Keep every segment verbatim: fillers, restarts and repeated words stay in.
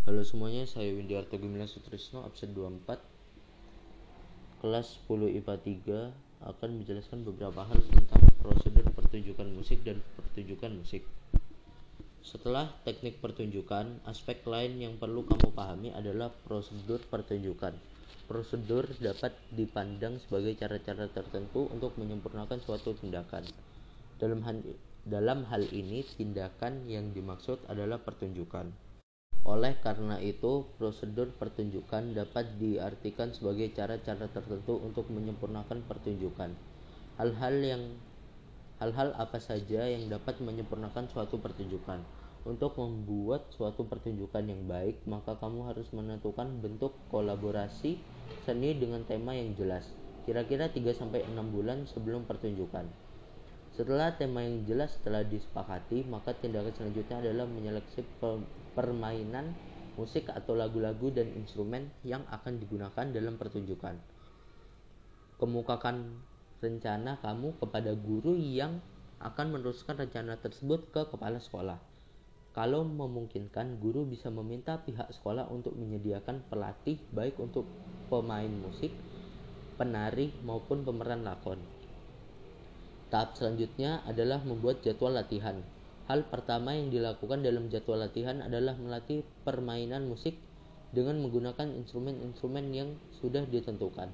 Halo semuanya, saya Windiarto Gumilang Sutrisno, absen dua puluh empat, kelas sepuluh I P A tiga, akan menjelaskan beberapa hal tentang prosedur pertunjukan musik dan pertunjukan musik. Setelah teknik pertunjukan, aspek lain yang perlu kamu pahami adalah prosedur pertunjukan. Prosedur dapat dipandang sebagai cara-cara tertentu untuk menyempurnakan suatu tindakan. Dalam hal, dalam hal ini, tindakan yang dimaksud adalah pertunjukan. Oleh karena itu, prosedur pertunjukan dapat diartikan sebagai cara-cara tertentu untuk menyempurnakan pertunjukan. Hal-hal yang hal-hal apa saja yang dapat menyempurnakan suatu pertunjukan? Untuk membuat suatu pertunjukan yang baik, maka kamu harus menentukan bentuk kolaborasi seni dengan tema yang jelas, kira-kira tiga sampai enam bulan sebelum pertunjukan. Setelah tema yang jelas telah disepakati, maka tindakan selanjutnya adalah menyeleksi permainan musik atau lagu-lagu dan instrumen yang akan digunakan dalam pertunjukan. Kemukakan rencana kamu kepada guru yang akan meneruskan rencana tersebut ke kepala sekolah. Kalau memungkinkan, guru bisa meminta pihak sekolah untuk menyediakan pelatih baik untuk pemain musik, penari maupun pemeran lakon. Tahap selanjutnya adalah membuat jadwal latihan. Hal pertama yang dilakukan dalam jadwal latihan adalah melatih permainan musik dengan menggunakan instrumen-instrumen yang sudah ditentukan.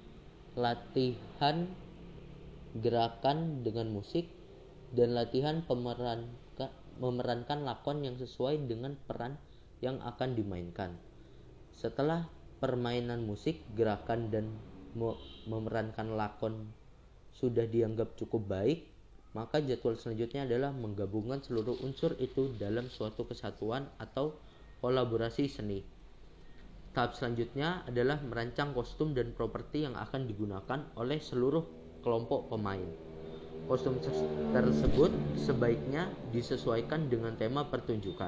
Latihan gerakan dengan musik dan latihan pemeran, memerankan lakon yang sesuai dengan peran yang akan dimainkan. Setelah permainan musik, gerakan, dan memerankan lakon sudah dianggap cukup baik, maka jadwal selanjutnya adalah menggabungkan seluruh unsur itu dalam suatu kesatuan atau kolaborasi seni. Tahap selanjutnya adalah merancang kostum dan properti yang akan digunakan oleh seluruh kelompok pemain. Kostum tersebut sebaiknya disesuaikan dengan tema pertunjukan.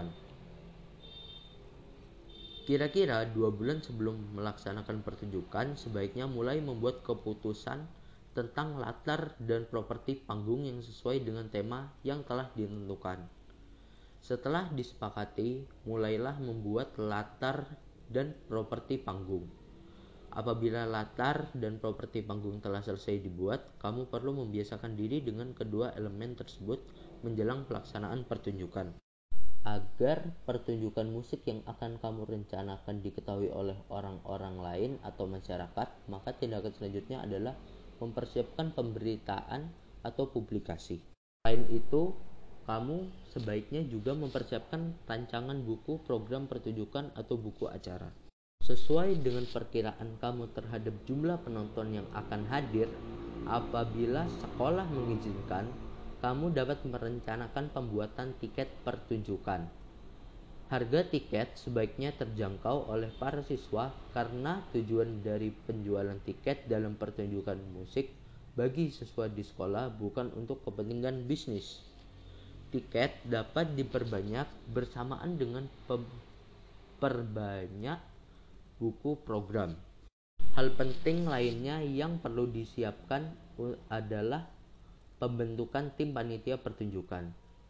Kira-kira dua bulan sebelum melaksanakan pertunjukan, sebaiknya mulai membuat keputusan tentang latar dan properti panggung yang sesuai dengan tema yang telah ditentukan. Setelah disepakati, mulailah membuat latar dan properti panggung. Apabila latar dan properti panggung telah selesai dibuat, kamu perlu membiasakan diri dengan kedua elemen tersebut menjelang pelaksanaan pertunjukan. Agar pertunjukan musik yang akan kamu rencanakan diketahui oleh orang-orang lain atau masyarakat, maka tindakan selanjutnya adalah mempersiapkan pemberitaan atau publikasi. Selain itu, kamu sebaiknya juga mempersiapkan rancangan buku program pertunjukan atau buku acara. Sesuai dengan perkiraan kamu terhadap jumlah penonton yang akan hadir, apabila sekolah mengizinkan, kamu dapat merencanakan pembuatan tiket pertunjukan. Harga tiket sebaiknya terjangkau oleh para siswa karena tujuan dari penjualan tiket dalam pertunjukan musik bagi siswa di sekolah bukan untuk kepentingan bisnis. Tiket dapat diperbanyak bersamaan dengan perbanyak buku program. Hal penting lainnya yang perlu disiapkan adalah pembentukan tim panitia pertunjukan.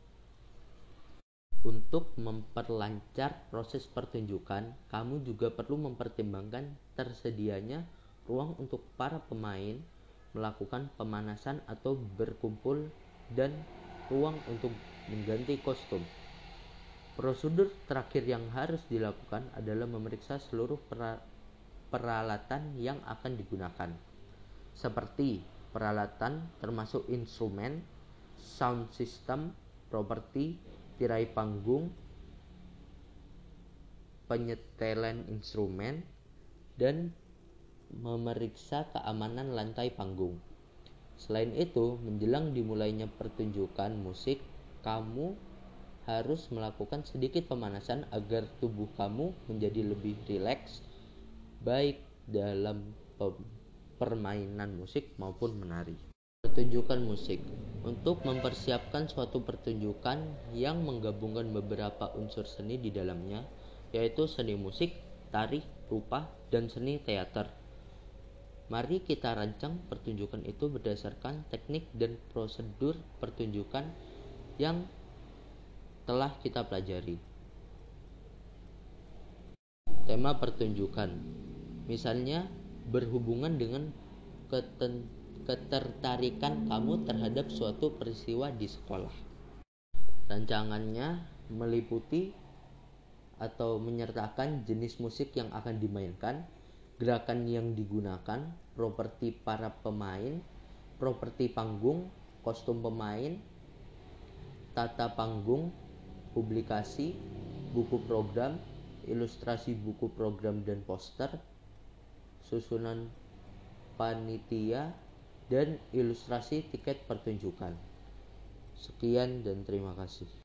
Untuk memperlancar proses pertunjukan, kamu juga perlu mempertimbangkan tersedianya ruang untuk para pemain melakukan pemanasan atau berkumpul dan ruang untuk mengganti kostum. Prosedur terakhir yang harus dilakukan adalah memeriksa seluruh peralatan yang akan digunakan, seperti peralatan termasuk instrumen, sound system, properti, tirai panggung, penyetelan instrumen, dan memeriksa keamanan lantai panggung. Selain itu, menjelang dimulainya pertunjukan musik, kamu harus melakukan sedikit pemanasan agar tubuh kamu menjadi lebih rileks, baik dalam permainan musik maupun menari. Pertunjukan musik. Untuk mempersiapkan suatu pertunjukan yang menggabungkan beberapa unsur seni di dalamnya, yaitu seni musik, tari, rupa, dan seni teater. Mari kita rancang pertunjukan itu berdasarkan teknik dan prosedur pertunjukan yang telah kita pelajari. tema pertunjukan. Misalnya berhubungan dengan keten- ketertarikan kamu terhadap suatu peristiwa di sekolah. Rancangannya meliputi atau menyertakan jenis musik yang akan dimainkan, gerakan yang digunakan, properti para pemain, properti panggung, kostum pemain, tata panggung, publikasi, buku program, ilustrasi buku program dan poster, susunan panitia, dan ilustrasi tiket pertunjukan. Sekian dan terima kasih.